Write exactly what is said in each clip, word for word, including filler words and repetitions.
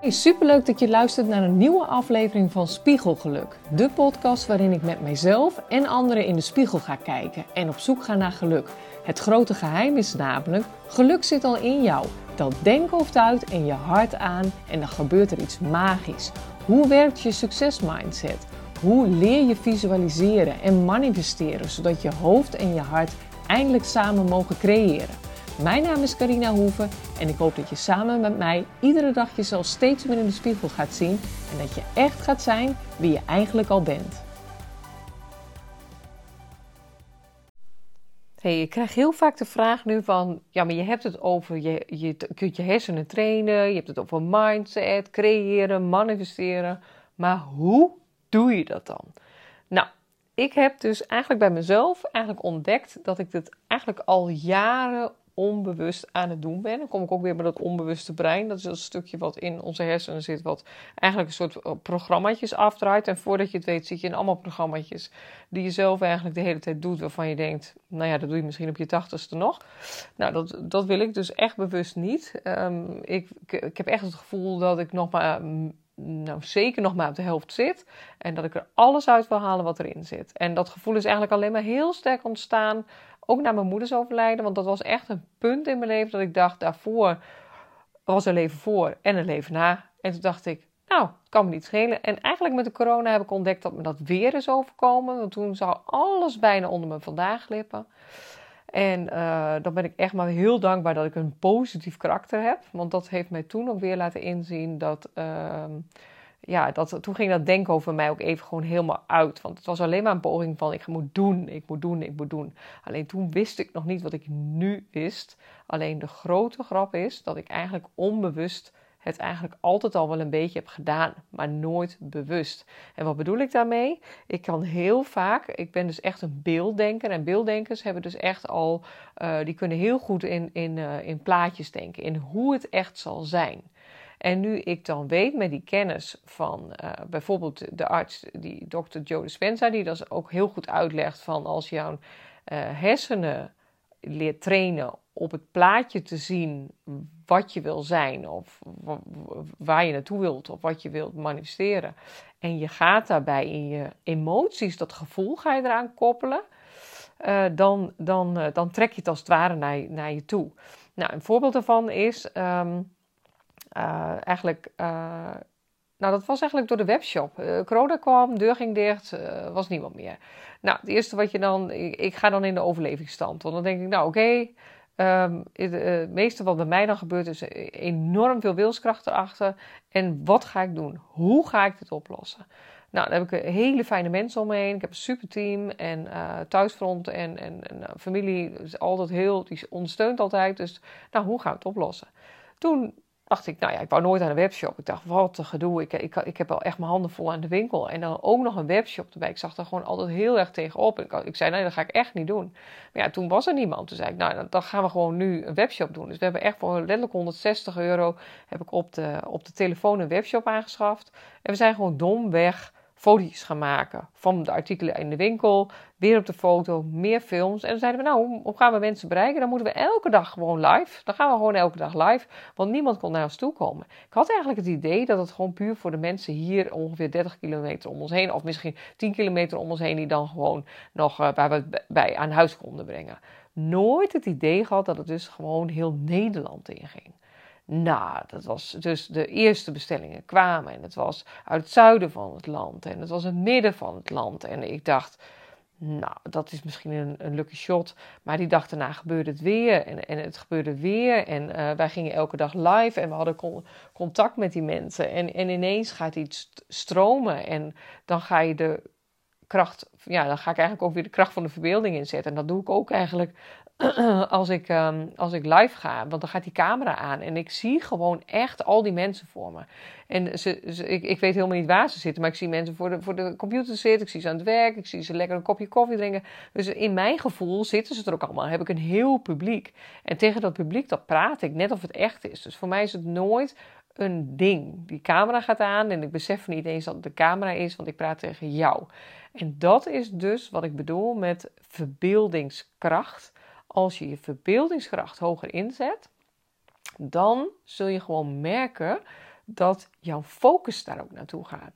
Hey, superleuk dat je luistert naar een nieuwe aflevering van Spiegelgeluk. De podcast waarin ik met mijzelf en anderen in de spiegel ga kijken en op zoek ga naar geluk. Het grote geheim is namelijk, geluk zit al in jou. Tel denkhoofd uit en je hart aan en dan gebeurt er iets magisch. Hoe werkt je succesmindset? Hoe leer je visualiseren en manifesteren zodat je hoofd en je hart eindelijk samen mogen creëren? Mijn naam is Carina Hoeven en ik hoop dat je samen met mij iedere dag jezelf steeds meer in de spiegel gaat zien en dat je echt gaat zijn wie je eigenlijk al bent. Hey, ik krijg heel vaak de vraag nu van, ja, maar je hebt het over, je, je kunt je hersenen trainen, je hebt het over mindset, creëren, manifesteren, maar hoe doe je dat dan? Nou, ik heb dus eigenlijk bij mezelf eigenlijk ontdekt dat ik dit eigenlijk al jaren onbewust aan het doen ben. Dan kom ik ook weer bij dat onbewuste brein. Dat is dat stukje wat in onze hersenen zit, wat eigenlijk een soort programmaatjes afdraait. En voordat je het weet zit je in allemaal programmaatjes die je zelf eigenlijk de hele tijd doet, waarvan je denkt, nou ja, dat doe je misschien op je tachtigste nog. Nou, dat, dat wil ik dus echt bewust niet. Um, ik, ik, ik heb echt het gevoel dat ik nog maar... nou zeker nog maar op de helft zit. En dat ik er alles uit wil halen wat erin zit. En dat gevoel is eigenlijk alleen maar heel sterk ontstaan. Ook na mijn moeders overlijden. Want dat was echt een punt in mijn leven dat ik dacht, daarvoor was een leven voor en een leven na. En toen dacht ik, nou, het kan me niet schelen. En eigenlijk met de corona heb ik ontdekt dat me dat weer is overkomen. Want toen zou alles bijna onder me vandaan glippen. En uh, dan ben ik echt maar heel dankbaar dat ik een positief karakter heb. Want dat heeft mij toen ook weer laten inzien dat... Uh, ja, dat, toen ging dat denken over mij ook even gewoon helemaal uit. Want het was alleen maar een poging van ik moet doen, ik moet doen, ik moet doen. Alleen toen wist ik nog niet wat ik nu wist. Alleen de grote grap is dat ik eigenlijk onbewust het eigenlijk altijd al wel een beetje heb gedaan, maar nooit bewust. En wat bedoel ik daarmee? Ik kan heel vaak, ik ben dus echt een beelddenker en beelddenkers hebben dus echt al, uh, die kunnen heel goed in, in, uh, in plaatjes denken, in hoe het echt zal zijn. En nu ik dan weet met die kennis van uh, bijvoorbeeld de arts, die dokter Joe Dispenza, die dat ook heel goed uitlegt van als jouw uh, hersenen leert trainen op het plaatje te zien wat je wil zijn of waar je naartoe wilt of wat je wilt manifesteren. En je gaat daarbij in je emoties, dat gevoel ga je eraan koppelen, uh, dan, dan, uh, dan trek je het als het ware naar, naar je toe. Nou, een voorbeeld daarvan is um, uh, eigenlijk... Uh, Nou, dat was eigenlijk door de webshop. Uh, corona kwam, deur ging dicht, uh, was niemand meer. Nou, het eerste wat je dan... Ik, ik ga dan in de overlevingsstand. Want dan denk ik, nou oké... Okay, um, het uh, meeste wat bij mij dan gebeurt is enorm veel wilskracht erachter. En wat ga ik doen? Hoe ga ik dit oplossen? Nou, dan heb ik hele fijne mensen om me heen. Ik heb een super team en uh, thuisfront en, en, en uh, familie is altijd heel... Die ondersteunt altijd. Dus, nou, hoe ga ik het oplossen? Toen... dacht ik, nou ja, ik wou nooit aan een webshop. Ik dacht, wat een gedoe. Ik, ik, ik heb al echt mijn handen vol aan de winkel. En dan ook nog een webshop erbij. Ik zag daar gewoon altijd heel erg tegenop. Ik, ik zei, nee, dat ga ik echt niet doen. Maar ja, toen was er niemand. Toen zei ik, nou, dan gaan we gewoon nu een webshop doen. Dus we hebben echt voor letterlijk honderdzestig euro... heb ik op de, op de telefoon een webshop aangeschaft. En we zijn gewoon domweg foto's gaan maken van de artikelen in de winkel, weer op de foto, meer films. En dan zeiden we, nou, hoe gaan we mensen bereiken? Dan moeten we elke dag gewoon live. Dan gaan we gewoon elke dag live, want niemand kon naar ons toe komen. Ik had eigenlijk het idee dat het gewoon puur voor de mensen hier ongeveer dertig kilometer om ons heen, of misschien tien kilometer om ons heen, die dan gewoon nog uh, waar we bij aan huis konden brengen. Nooit het idee gehad dat het dus gewoon heel Nederland inging. Nou, dat was dus de eerste bestellingen kwamen en het was uit het zuiden van het land en het was het midden van het land. En ik dacht, nou, dat is misschien een, een lucky shot, maar die dag daarna gebeurde het weer en, en het gebeurde weer en uh, wij gingen elke dag live en we hadden con- contact met die mensen en, en ineens gaat iets stromen en dan ga je de kracht, ja, dan ga ik eigenlijk ook weer de kracht van de verbeelding inzetten en dat doe ik ook eigenlijk als ik, um, als ik live ga, want dan gaat die camera aan en ik zie gewoon echt al die mensen voor me. En ze, ze, ik, ik weet helemaal niet waar ze zitten, maar ik zie mensen voor de, voor de computer zitten, ik zie ze aan het werk, ik zie ze lekker een kopje koffie drinken. Dus in mijn gevoel zitten ze er ook allemaal, heb ik een heel publiek. En tegen dat publiek, dat praat ik, net of het echt is. Dus voor mij is het nooit een ding. Die camera gaat aan en ik besef niet eens dat het de camera is, want ik praat tegen jou. En dat is dus wat ik bedoel met verbeeldingskracht. Als je je verbeeldingskracht hoger inzet, dan zul je gewoon merken dat jouw focus daar ook naartoe gaat.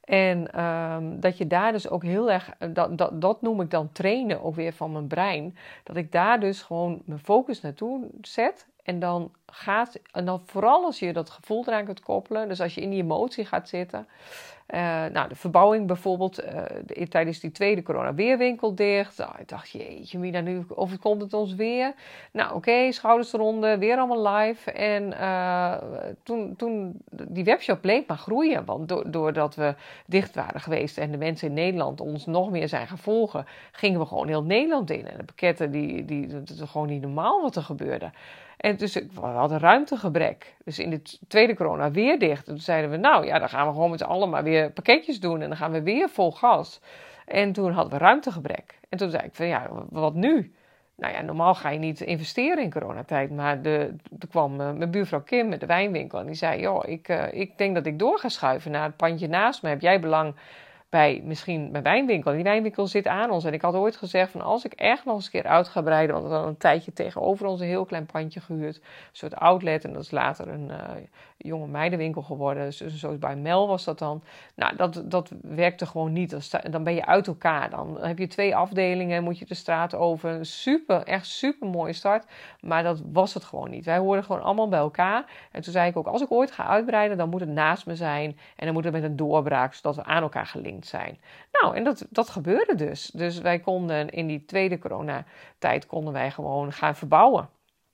En um, dat je daar dus ook heel erg, dat, dat, dat noem ik dan trainen ook weer van mijn brein. Dat ik daar dus gewoon mijn focus naartoe zet. En dan gaat, en dan vooral als je dat gevoel eraan kunt koppelen. Dus als je in die emotie gaat zitten. Uh, nou, de verbouwing bijvoorbeeld, uh, de, tijdens die tweede corona weer winkel dicht. Nou, ik dacht, jeetje, Mina, nu overkomt het ons weer. Nou, oké, okay, schouders eronder, weer allemaal live. En uh, toen, toen, die webshop bleef maar groeien. Want do- doordat we dicht waren geweest en de mensen in Nederland ons nog meer zijn gaan volgen, gingen we gewoon heel Nederland in. En de pakketten, die, die, het is gewoon niet normaal wat er gebeurde. En dus we hadden ruimtegebrek. Dus in de tweede corona weer dicht. En toen zeiden we, nou ja, dan gaan we gewoon met z'n allen maar weer pakketjes doen. En dan gaan we weer vol gas. En toen hadden we ruimtegebrek. En toen zei ik van, ja, wat nu? Nou ja, normaal ga je niet investeren in coronatijd. Maar de, toen kwam uh, mijn buurvrouw Kim met de wijnwinkel. En die zei, joh, ik, uh, ik denk dat ik door ga schuiven naar het pandje naast me. Heb jij belang bij misschien mijn wijnwinkel? En die wijnwinkel zit aan ons. En ik had ooit gezegd van, als ik echt nog eens een keer uit ga breiden, want we hadden een tijdje tegenover ons een heel klein pandje gehuurd, een soort outlet, en dat is later een uh, jonge meidenwinkel geworden. Dus zoals bij Mel was dat dan. Nou, dat, dat werkte gewoon niet. Dan ben je uit elkaar. Dan heb je twee afdelingen, moet je de straat over. Super, echt super mooie start. Maar dat was het gewoon niet. Wij hoorden gewoon allemaal bij elkaar. En toen zei ik ook, als ik ooit ga uitbreiden, dan moet het naast me zijn. En dan moet het met een doorbraak, zodat we aan elkaar gelinkt zijn. Nou, en dat, dat gebeurde dus. Dus wij konden in die tweede coronatijd konden wij gewoon gaan verbouwen.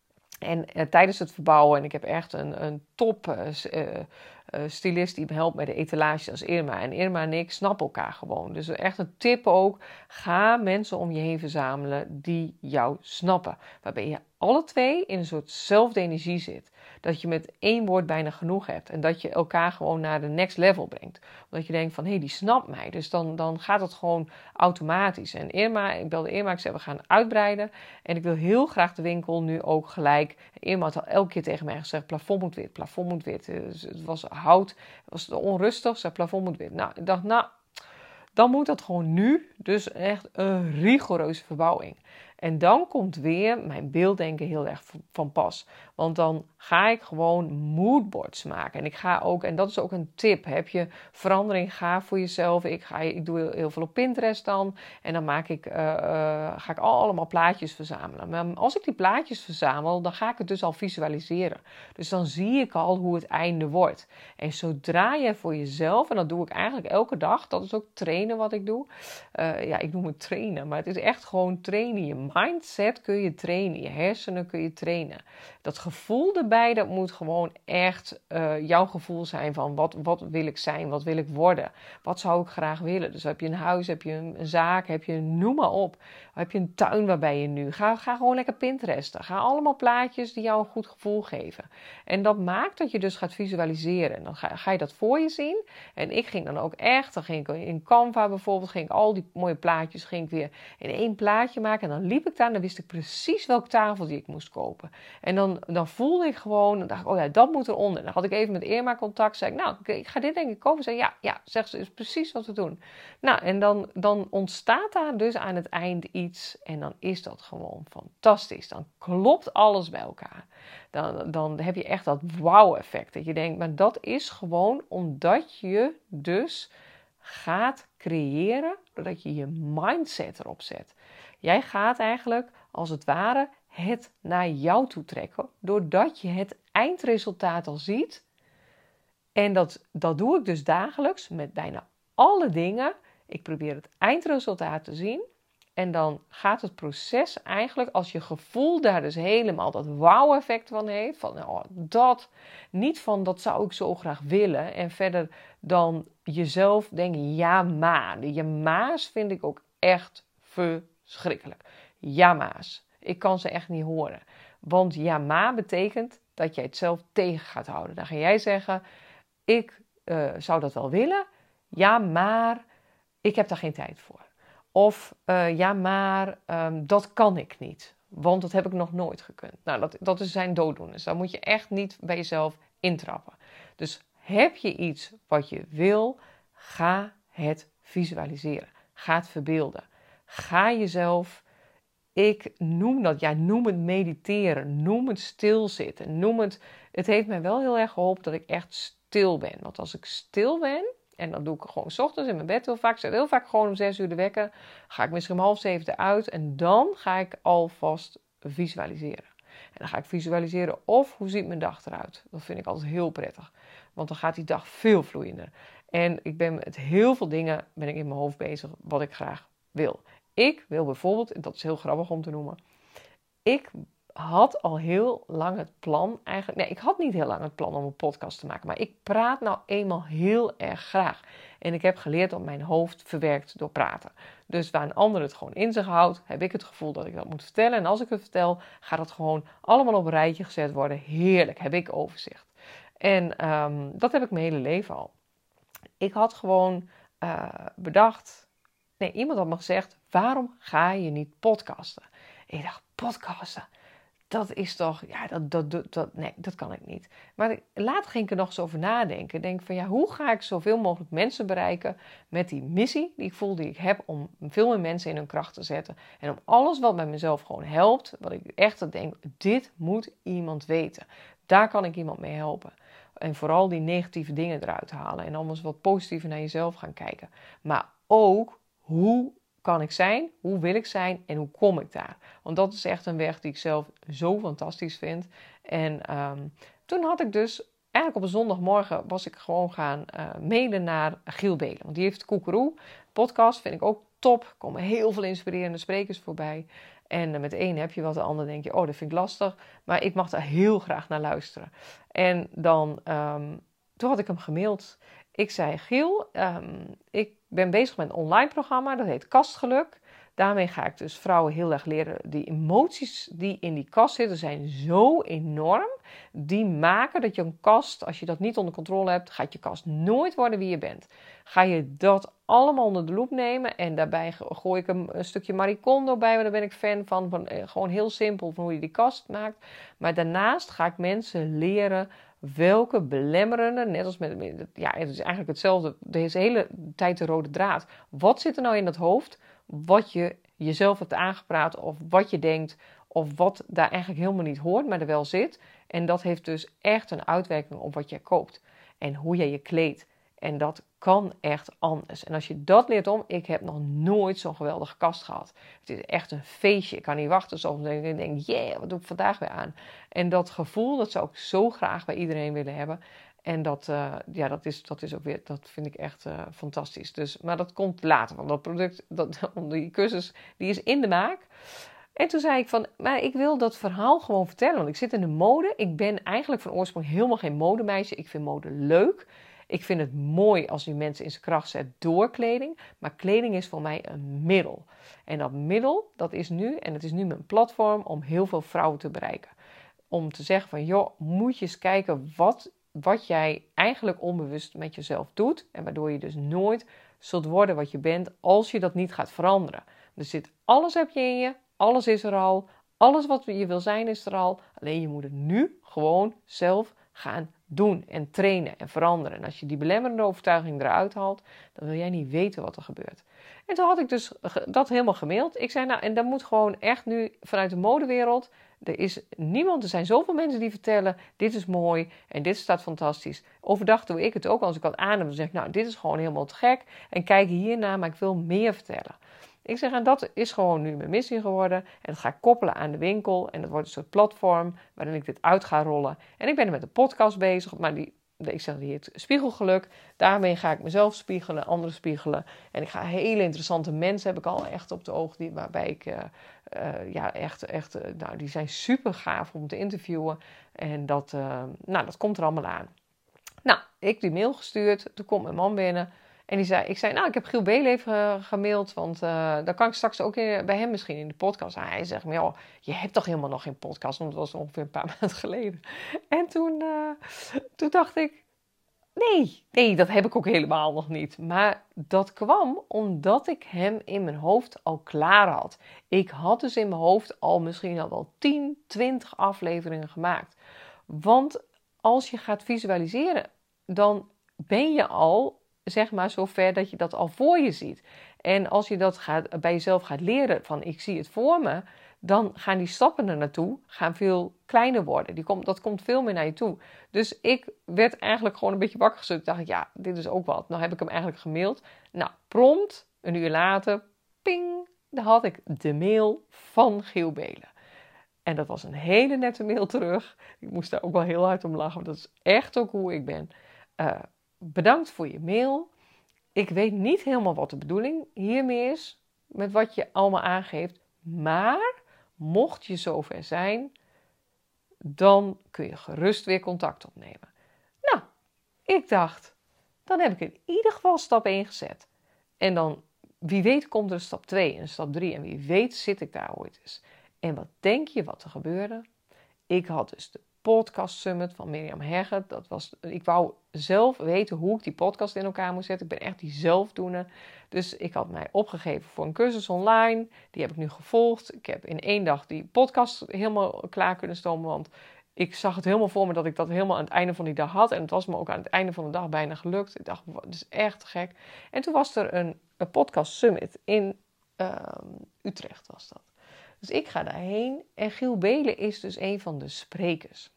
En uh, tijdens het verbouwen, en ik heb echt een, een top uh, uh, stylist die me helpt met de etalages als Irma. En Irma en ik snappen elkaar gewoon. Dus echt een tip ook, ga mensen om je heen verzamelen die jou snappen. Waarbij je alle twee in een soortzelfde energie zit. Dat je met één woord bijna genoeg hebt. En dat je elkaar gewoon naar de next level brengt. Omdat je denkt van, hé, hey, die snapt mij. Dus dan, dan gaat het gewoon automatisch. En Irma, ik belde Irma, ik zei, we gaan uitbreiden. En ik wil heel graag de winkel nu ook gelijk. Irma had al elke keer tegen mij gezegd, plafond moet wit, plafond moet wit. Dus het was hout, het was onrustig, zei plafond moet wit. Nou, ik dacht, nou, dan moet dat gewoon nu. Dus echt een rigoureuze verbouwing. En dan komt weer mijn beelddenken heel erg van pas. Want dan ga ik gewoon moodboards maken. En ik ga ook, en dat is ook een tip, heb je verandering, ga voor jezelf. Ik, ga, ik doe heel veel op Pinterest dan. En dan maak ik, uh, uh, ga ik allemaal plaatjes verzamelen. Maar als ik die plaatjes verzamel, dan ga ik het dus al visualiseren. Dus dan zie ik al hoe het einde wordt. En zodra je voor jezelf, en dat doe ik eigenlijk elke dag, dat is ook trainen wat ik doe. Uh, ja, ik noem het trainen, maar het is echt gewoon trainen. Je mindset kun je trainen, je hersenen kun je trainen. Dat gevoel erbij, dat moet gewoon echt uh, jouw gevoel zijn van wat, wat wil ik zijn, wat wil ik worden, wat zou ik graag willen. Dus heb je een huis, heb je een, een zaak, heb je noem maar op. Heb je een tuin waarbij je nu, ga, ga gewoon lekker Pinteresten. Ga allemaal plaatjes die jou een goed gevoel geven. En dat maakt dat je dus gaat visualiseren. En dan ga, ga je dat voor je zien. En ik ging dan ook echt, dan ging ik in Canva bijvoorbeeld, ging ik al die mooie plaatjes ging ik weer in één plaatje maken. En dan liep ik daar en dan wist ik precies welke tafel die ik moest kopen. En dan, dan voelde ik gewoon, dan dacht ik, oh ja, dat moet eronder. En dan had ik even met Irma contact, zei ik, nou, ik ga dit denk ik kopen. Zei ja, ja, zegt ze, is precies wat we doen. Nou, en dan, dan ontstaat daar dus aan het eind iets en dan is dat gewoon fantastisch. Dan klopt alles bij elkaar. Dan, dan heb je echt dat wow-effect. Dat je denkt, maar dat is gewoon omdat je dus gaat creëren, doordat je je mindset erop zet. Jij gaat eigenlijk, als het ware, het naar jou toe trekken, doordat je het eindresultaat al ziet. En dat, dat doe ik dus dagelijks met bijna alle dingen. Ik probeer het eindresultaat te zien. En dan gaat het proces eigenlijk, als je gevoel daar dus helemaal dat wow-effect van heeft. Van oh, dat, niet van dat zou ik zo graag willen. En verder dan jezelf denken, ja maar. De ja ma's vind ik ook echt verschrikkelijk. Ja ma's. Ik kan ze echt niet horen. Want ja maar betekent dat jij het zelf tegen gaat houden. Dan ga jij zeggen, ik uh, zou dat wel willen. Ja maar, ik heb daar geen tijd voor. Of uh, ja, maar um, dat kan ik niet. Want dat heb ik nog nooit gekund. Nou, dat, dat zijn dooddoeners. Daar moet je echt niet bij jezelf intrappen. Dus heb je iets wat je wil, ga het visualiseren. Ga het verbeelden. Ga jezelf, ik noem dat, ja, noem het mediteren. Noem het stilzitten. Noem het, het heeft mij wel heel erg geholpen dat ik echt stil ben. Want als ik stil ben, en dan doe ik gewoon 's ochtends in mijn bed heel vaak. Ik zet heel vaak gewoon om zes uur de wekker. Ga ik misschien om half zeven eruit. En dan ga ik alvast visualiseren. En dan ga ik visualiseren of hoe ziet mijn dag eruit. Dat vind ik altijd heel prettig. Want dan gaat die dag veel vloeiender. En ik ben met heel veel dingen ben ik in mijn hoofd bezig wat ik graag wil. Ik wil bijvoorbeeld, en dat is heel grappig om te noemen. Ik had al heel lang het plan eigenlijk. Nee, ik had niet heel lang het plan om een podcast te maken. Maar ik praat nou eenmaal heel erg graag. En ik heb geleerd dat mijn hoofd verwerkt door praten. Dus waar een ander het gewoon in zich houdt, heb ik het gevoel dat ik dat moet vertellen. En als ik het vertel, gaat het gewoon allemaal op een rijtje gezet worden. Heerlijk, heb ik overzicht. En um, dat heb ik mijn hele leven al. Ik had gewoon uh, bedacht. Nee, iemand had me gezegd, waarom ga je niet podcasten? En ik dacht, podcasten? Dat is toch, ja, dat, dat, dat, dat, nee, dat kan ik niet. Maar later ging ik er nog eens over nadenken. Ik denk van, ja, hoe ga ik zoveel mogelijk mensen bereiken met die missie die ik voel, die ik heb om veel meer mensen in hun kracht te zetten. En om alles wat bij mezelf gewoon helpt, wat ik echt denk, dit moet iemand weten. Daar kan ik iemand mee helpen. En vooral die negatieve dingen eruit halen en anders wat positiever naar jezelf gaan kijken. Maar ook, hoe kan ik zijn? Hoe wil ik zijn? En hoe kom ik daar? Want dat is echt een weg die ik zelf zo fantastisch vind. En um, toen had ik dus, eigenlijk op een zondagmorgen was ik gewoon gaan uh, mailen naar Giel Beelen. Want die heeft Koekeroe podcast, vind ik ook top. Er komen heel veel inspirerende sprekers voorbij. En uh, met de een heb je wat, de ander denk je, oh, dat vind ik lastig. Maar ik mag daar heel graag naar luisteren. En dan, um, toen had ik hem gemaild. Ik zei, Giel, um, ik ben bezig met een online programma, dat heet Kastgeluk. Daarmee ga ik dus vrouwen heel erg leren. Die emoties die in die kast zitten zijn zo enorm. Die maken dat je een kast, als je dat niet onder controle hebt, gaat je kast nooit worden wie je bent. Ga je dat allemaal onder de loep nemen en daarbij gooi ik een, een stukje Marie Kondo bij, want daar ben ik fan van. van eh, gewoon heel simpel van hoe je die kast maakt. Maar daarnaast ga ik mensen leren welke belemmerende, net als met, ja, het is eigenlijk hetzelfde, deze hele tijd de rode draad. Wat zit er nou in dat hoofd, wat je jezelf hebt aangepraat of wat je denkt of wat daar eigenlijk helemaal niet hoort, maar er wel zit. En dat heeft dus echt een uitwerking op wat jij koopt en hoe jij je kleedt. En dat kan echt anders. En als je dat leert om, ik heb nog nooit zo'n geweldige kast gehad. Het is echt een feestje. Ik kan niet wachten. Soms denk ik, denk, yeah, wat doe ik vandaag weer aan? En dat gevoel, dat zou ik zo graag bij iedereen willen hebben. En dat, uh, ja, dat, is, dat is ook weer, dat vind ik echt uh, fantastisch. Dus, maar dat komt later, want dat product, dat, die cursus, die is in de maak. En toen zei ik van, maar ik wil dat verhaal gewoon vertellen. Want ik zit in de mode. Ik ben eigenlijk van oorsprong helemaal geen modemeisje. Ik vind mode leuk. Ik vind het mooi als je mensen in zijn kracht zet door kleding. Maar kleding is voor mij een middel. En dat middel, dat is nu, en het is nu mijn platform om heel veel vrouwen te bereiken. Om te zeggen van, joh, moet je eens kijken wat, wat jij eigenlijk onbewust met jezelf doet. En waardoor je dus nooit zult worden wat je bent als je dat niet gaat veranderen. Er zit alles heb je in je, alles is er al. Alles wat je wil zijn is er al. Alleen je moet het nu gewoon zelf gaan doen en trainen en veranderen. En als je die belemmerende overtuiging eruit haalt, dan wil jij niet weten wat er gebeurt. En toen had ik dus dat helemaal gemaild. Ik zei, nou, en dat moet gewoon echt nu vanuit de modewereld. Er is niemand, er zijn zoveel mensen die vertellen, dit is mooi en dit staat fantastisch. Overdag doe ik het ook, als ik wat aan heb, dan zeg ik, nou, dit is gewoon helemaal te gek. En kijk hierna, maar ik wil meer vertellen. Ik zeg, en dat is gewoon nu mijn missie geworden. En dat ga ik koppelen aan de winkel. En dat wordt een soort platform waarin ik dit uit ga rollen. En ik ben er met een podcast bezig. Maar die, ik zeg, die heet Spiegelgeluk. Daarmee ga ik mezelf spiegelen, anderen spiegelen. En ik ga hele interessante mensen, heb ik al echt op de oog. Die, waarbij ik, uh, uh, ja, echt, echt, uh, nou, die zijn super gaaf om te interviewen. En dat, uh, nou, dat komt er allemaal aan. Nou, ik die mail gestuurd. Toen komt mijn man binnen. En die zei, ik zei, nou, ik heb Giel Beelen even gemaild, want uh, dan kan ik straks ook in, bij hem misschien in de podcast. En hij zegt, maar joh, je hebt toch helemaal nog geen podcast, want het was ongeveer een paar maanden geleden. En toen, uh, toen dacht ik, nee, nee, dat heb ik ook helemaal nog niet. Maar dat kwam omdat ik hem in mijn hoofd al klaar had. Ik had dus in mijn hoofd al misschien al wel tien, twintig afleveringen gemaakt. Want als je gaat visualiseren, dan ben je al, zeg maar, zover dat je dat al voor je ziet. En als je dat gaat, bij jezelf gaat leren van ik zie het voor me, dan gaan die stappen er naartoe gaan veel kleiner worden. Die komt, dat komt veel meer naar je toe. Dus ik werd eigenlijk gewoon een beetje wakker geschud. Ik dacht, ja, dit is ook wat. Nou heb ik hem eigenlijk gemaild. Nou, prompt, een uur later, ping, dan had ik de mail van Giel Beelen. En dat was een hele nette mail terug. Ik moest daar ook wel heel hard om lachen, want dat is echt ook hoe ik ben. Uh, bedankt voor je mail. Ik weet niet helemaal wat de bedoeling hiermee is, met wat je allemaal aangeeft. Maar mocht je zover zijn, dan kun je gerust weer contact opnemen. Nou, ik dacht, dan heb ik in ieder geval stap één gezet. En dan, wie weet, komt er een stap twee en een stap drie. En wie weet zit ik daar ooit eens. En wat denk je wat er gebeurde? Ik had dus de podcast summit van Mirjam Hegger. Dat was, ik wou zelf weten hoe ik die podcast in elkaar moest zetten. Ik ben echt die zelfdoener. Dus ik had mij opgegeven voor een cursus online. Die heb ik nu gevolgd. Ik heb in één dag die podcast helemaal klaar kunnen stomen. Want ik zag het helemaal voor me dat ik dat helemaal aan het einde van die dag had. En het was me ook aan het einde van de dag bijna gelukt. Ik dacht, dat is echt gek. En toen was er een, een podcast summit in uh, Utrecht was dat. Dus ik ga daarheen en Giel Beelen is dus een van de sprekers.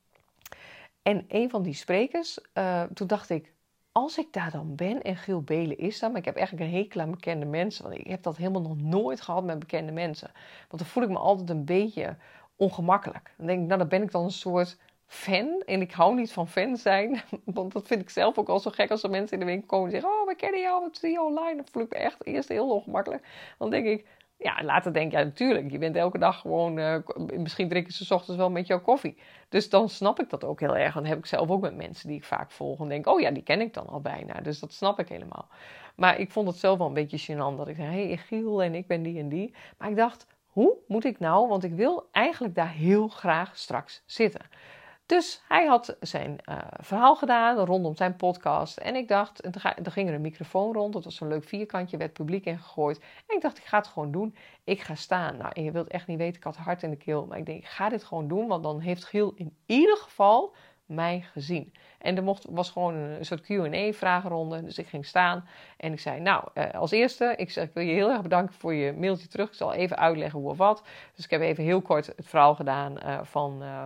En een van die sprekers, uh, toen dacht ik, als ik daar dan ben en Giel Beelen is daar, maar ik heb eigenlijk een hekel aan bekende mensen, want ik heb dat helemaal nog nooit gehad met bekende mensen. Want dan voel ik me altijd een beetje ongemakkelijk. Dan denk ik, nou dan ben ik dan een soort fan en ik hou niet van fan zijn, want dat vind ik zelf ook al zo gek als er mensen in de winkel komen en zeggen, oh we kennen jou, we zien je online. Dan voel ik me echt eerst heel ongemakkelijk. Dan denk ik, ja, later denk je, ja, natuurlijk, je bent elke dag gewoon, uh, misschien drinken ze 's ochtends wel met jouw koffie. Dus dan snap ik dat ook heel erg. Dan heb ik zelf ook met mensen die ik vaak volg en denk, oh ja, die ken ik dan al bijna. Dus dat snap ik helemaal. Maar ik vond het zelf wel een beetje gênant dat ik zei, hé, hey, Giel en ik ben die en die. Maar ik dacht, hoe moet ik nou, want ik wil eigenlijk daar heel graag straks zitten. Dus hij had zijn uh, verhaal gedaan rondom zijn podcast. En ik dacht, en er ging er een microfoon rond. Dat was zo'n leuk vierkantje, werd publiek ingegooid. En ik dacht, ik ga het gewoon doen. Ik ga staan. Nou, en je wilt echt niet weten, ik had hart in de keel. Maar ik denk, ik ga dit gewoon doen. Want dan heeft Giel in ieder geval mij gezien. En er mocht, was gewoon een soort Q en A vragenronde. Dus ik ging staan en ik zei, nou, uh, als eerste, ik, zeg, ik wil je heel erg bedanken voor je mailtje terug. Ik zal even uitleggen hoe of wat. Dus ik heb even heel kort het verhaal gedaan uh, van... Uh,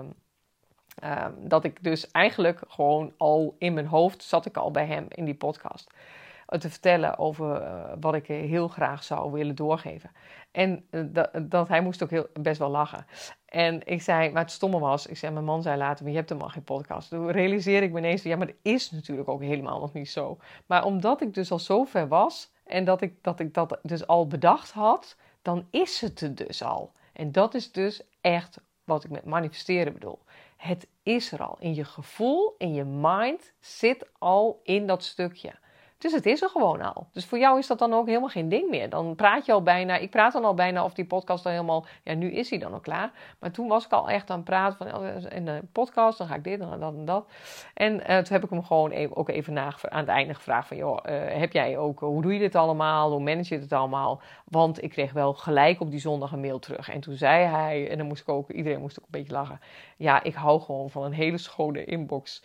Uh, dat ik dus eigenlijk gewoon al in mijn hoofd zat ik al bij hem in die podcast. Uh, te vertellen over uh, wat ik heel graag zou willen doorgeven. En uh, dat, dat hij moest ook heel, best wel lachen. En ik zei, maar het stomme was, ik zei, mijn man zei later, maar je hebt helemaal geen podcast. Toen realiseerde ik me ineens, ja, maar dat is natuurlijk ook helemaal nog niet zo. Maar omdat ik dus al zo ver was en dat ik, dat ik dat dus al bedacht had, dan is het er dus al. En dat is dus echt wat ik met manifesteren bedoel. Het is er al. In je gevoel, in je mind zit al in dat stukje. Dus het is er gewoon al. Dus voor jou is dat dan ook helemaal geen ding meer. Dan praat je al bijna, ik praat dan al bijna of die podcast dan helemaal, ja nu is hij dan al klaar. Maar toen was ik al echt aan het praten van in de podcast, dan ga ik dit en dat en dat. En uh, toen heb ik hem gewoon even, ook even na, aan het einde gevraagd van, joh, uh, heb jij ook, hoe doe je dit allemaal? Hoe manage je dit allemaal? Want ik kreeg wel gelijk op die zondag een mail terug. En toen zei hij, en dan moest ik ook, iedereen moest ook een beetje lachen. Ja, ik hou gewoon van een hele schone inbox.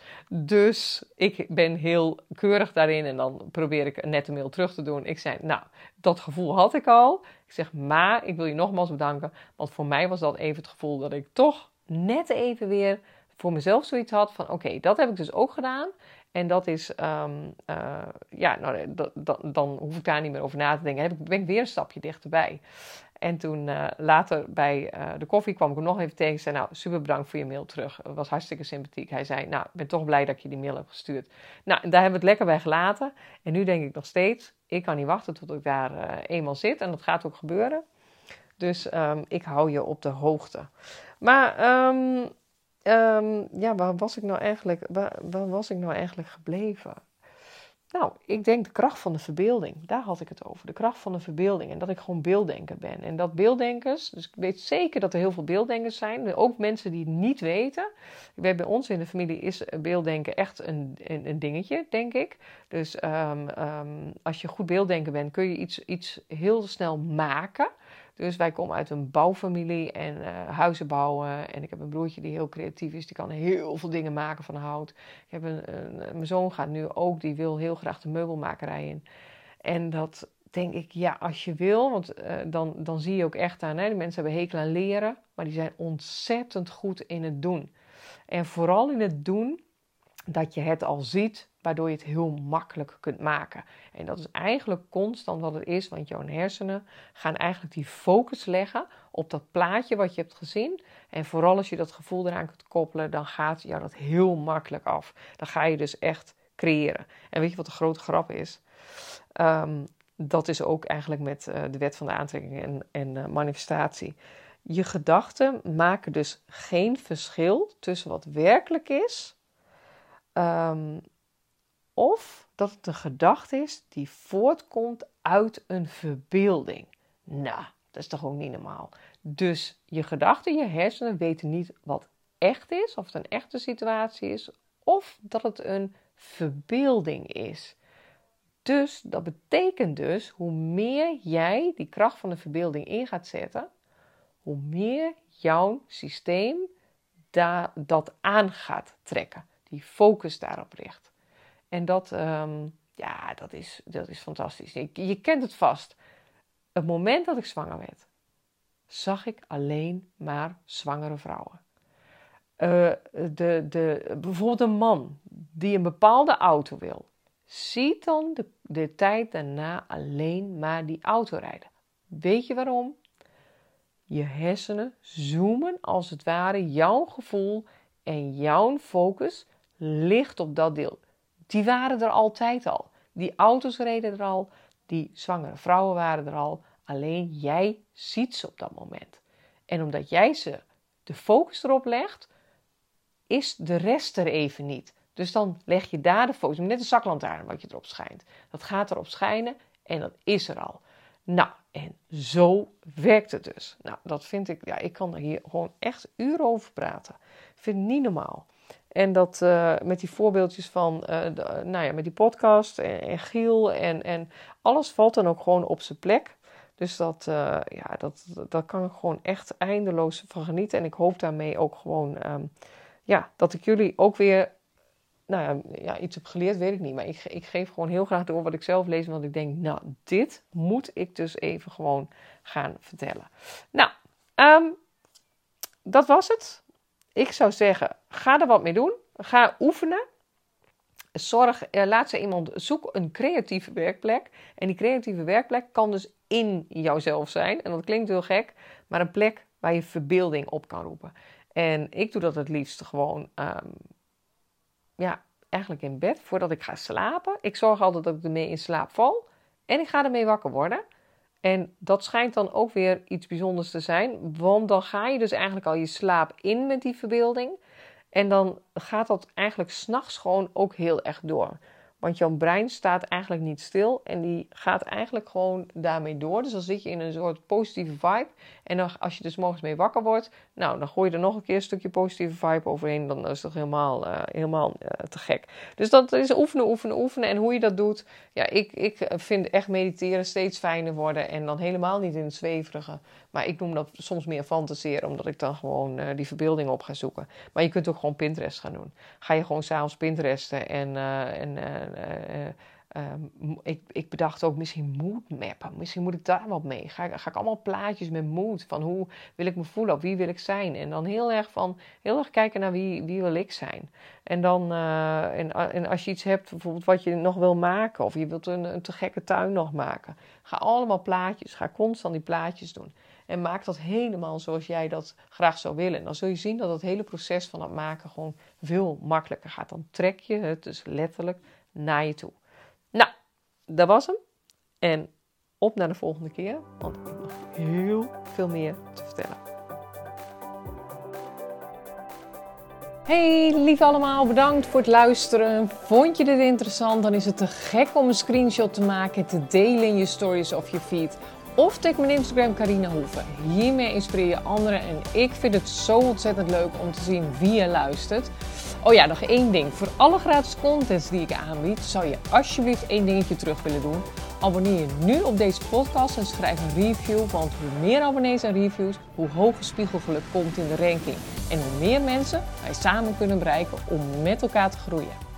Dus ik ben heel keurig daarin en dan probeer ik een nette mail terug te doen. Ik zei, nou, dat gevoel had ik al. Ik zeg, maar ik wil je nogmaals bedanken. Want voor mij was dat even het gevoel dat ik toch net even weer voor mezelf zoiets had van, oké, okay, dat heb ik dus ook gedaan. En dat is, um, uh, ja, nou, dat, dat, dan hoef ik daar niet meer over na te denken. Dan ben ik weer een stapje dichterbij. En toen uh, later bij uh, de koffie kwam ik hem nog even tegen. Ik zei, nou, super bedankt voor je mail terug. Het was hartstikke sympathiek. Hij zei, nou, ik ben toch blij dat ik je die mail heb gestuurd. Nou, daar hebben we het lekker bij gelaten. En nu denk ik nog steeds, ik kan niet wachten tot ik daar uh, eenmaal zit. En dat gaat ook gebeuren. Dus um, ik hou je op de hoogte. Maar... Um, Um, ja, waar was ik nou eigenlijk, waar, waar was ik nou eigenlijk gebleven? Nou, ik denk de kracht van de verbeelding. Daar had ik het over. De kracht van de verbeelding. En dat ik gewoon beelddenker ben. En dat beelddenkers, dus ik weet zeker dat er heel veel beelddenkers zijn. Ook mensen die het niet weten. Ik weet, bij ons in de familie is beelddenken echt een, een, een dingetje, denk ik. Dus um, um, als je goed beelddenker bent, kun je iets, iets heel snel maken. Dus wij komen uit een bouwfamilie en uh, huizen bouwen. En ik heb een broertje die heel creatief is. Die kan heel veel dingen maken van hout. Ik heb een, een, mijn zoon gaat nu ook, die wil heel graag de meubelmakerij in. En dat denk ik, ja, als je wil, want uh, dan, dan zie je ook echt aan, hè, die mensen hebben hekel aan leren, maar die zijn ontzettend goed in het doen. En vooral in het doen dat je het al ziet, waardoor je het heel makkelijk kunt maken. En dat is eigenlijk constant wat het is, want jouw hersenen gaan eigenlijk die focus leggen op dat plaatje wat je hebt gezien. En vooral als je dat gevoel eraan kunt koppelen, dan gaat jou dat heel makkelijk af. Dan ga je dus echt creëren. En weet je wat de grote grap is? Um, dat is ook eigenlijk met uh, de wet van de aantrekking en, en uh, manifestatie. Je gedachten maken dus geen verschil tussen wat werkelijk is, um, of dat het een gedachte is die voortkomt uit een verbeelding. Nou, dat is toch ook niet normaal. Dus je gedachten, je hersenen weten niet wat echt is, of het een echte situatie is, of dat het een verbeelding is. Dus dat betekent dus, hoe meer jij die kracht van de verbeelding in gaat zetten, hoe meer jouw systeem da- dat aan gaat trekken. Die focus daarop richt. En dat, um, ja, dat is, dat is fantastisch. Je, je kent het vast. Het moment dat ik zwanger werd, zag ik alleen maar zwangere vrouwen. Uh, de, de, bijvoorbeeld een man die een bepaalde auto wil, ziet dan de, de tijd daarna alleen maar die auto rijden. Weet je waarom? Je hersenen zoomen als het ware jouw gevoel en jouw focus ligt op dat deel. Die waren er altijd al. Die auto's reden er al. Die zwangere vrouwen waren er al. Alleen jij ziet ze op dat moment. En omdat jij ze de focus erop legt, is de rest er even niet. Dus dan leg je daar de focus. Net een zaklantaarn wat je erop schijnt. Dat gaat erop schijnen en dat is er al. Nou, en zo werkt het dus. Nou, dat vind ik, ja, ik kan er hier gewoon echt uren over praten. Ik vind het niet normaal. En dat uh, met die voorbeeldjes van, uh, de, nou ja, met die podcast en, en Giel en, en alles valt dan ook gewoon op zijn plek. Dus dat, uh, ja, dat, dat kan ik gewoon echt eindeloos van genieten. En ik hoop daarmee ook gewoon, um, ja, dat ik jullie ook weer, nou ja, ja, iets heb geleerd, weet ik niet. Maar ik, ik geef gewoon heel graag door wat ik zelf lees. Want ik denk, nou, dit moet ik dus even gewoon gaan vertellen. Nou, um, dat was het. Ik zou zeggen, ga er wat mee doen. Ga oefenen. Zorg, laat ze iemand, zoek een creatieve werkplek. En die creatieve werkplek kan dus in jouzelf zijn. En dat klinkt heel gek, maar een plek waar je verbeelding op kan roepen. En ik doe dat het liefst gewoon, um, ja, eigenlijk in bed voordat ik ga slapen. Ik zorg altijd dat ik ermee in slaap val. En ik ga ermee wakker worden. En dat schijnt dan ook weer iets bijzonders te zijn. Want dan ga je dus eigenlijk al je slaap in met die verbeelding. En dan gaat dat eigenlijk 's nachts gewoon ook heel erg door. Want jouw brein staat eigenlijk niet stil. En die gaat eigenlijk gewoon daarmee door. Dus dan zit je in een soort positieve vibe. En dan, als je dus morgens mee wakker wordt. Nou, dan gooi je er nog een keer een stukje positieve vibe overheen. Dan is het toch helemaal, uh, helemaal uh, te gek. Dus dat is oefenen, oefenen, oefenen. En hoe je dat doet. Ja, ik, ik vind echt mediteren steeds fijner worden. En dan helemaal niet in het zweverige. Maar ik noem dat soms meer fantaseren. Omdat ik dan gewoon uh, die verbeelding op ga zoeken. Maar je kunt ook gewoon Pinterest gaan doen. Ga je gewoon 's avonds Pinteresten. En, uh, en uh, uh, uh, ik, ik bedacht ook misschien moodmappen. Misschien moet ik daar wat mee. Ga, ga ik allemaal plaatjes met mood. Van hoe wil ik me voelen? Of wie wil ik zijn? En dan heel erg van heel erg kijken naar wie, wie wil ik zijn. En dan uh, en, en als je iets hebt, bijvoorbeeld wat je nog wil maken. Of je wilt een, een te gekke tuin nog maken. Ga allemaal plaatjes. Ga constant die plaatjes doen. En maak dat helemaal zoals jij dat graag zou willen. En dan zul je zien dat het hele proces van het maken gewoon veel makkelijker gaat. Dan trek je het dus letterlijk naar je toe. Nou, dat was hem. En op naar de volgende keer. Want ik heb nog heel veel meer te vertellen. Hey, lief allemaal. Bedankt voor het luisteren. Vond je dit interessant? Dan is het te gek om een screenshot te maken. Te delen in je stories of je feed. Of tag mijn Instagram Carina Hoeve. Hiermee inspireer je anderen en ik vind het zo ontzettend leuk om te zien wie je luistert. Oh ja, nog één ding. Voor alle gratis contents die ik aanbied, zou je alsjeblieft één dingetje terug willen doen. Abonneer je nu op deze podcast en schrijf een review, want hoe meer abonnees en reviews, hoe hoger spiegelgeluk komt in de ranking. En hoe meer mensen wij samen kunnen bereiken om met elkaar te groeien.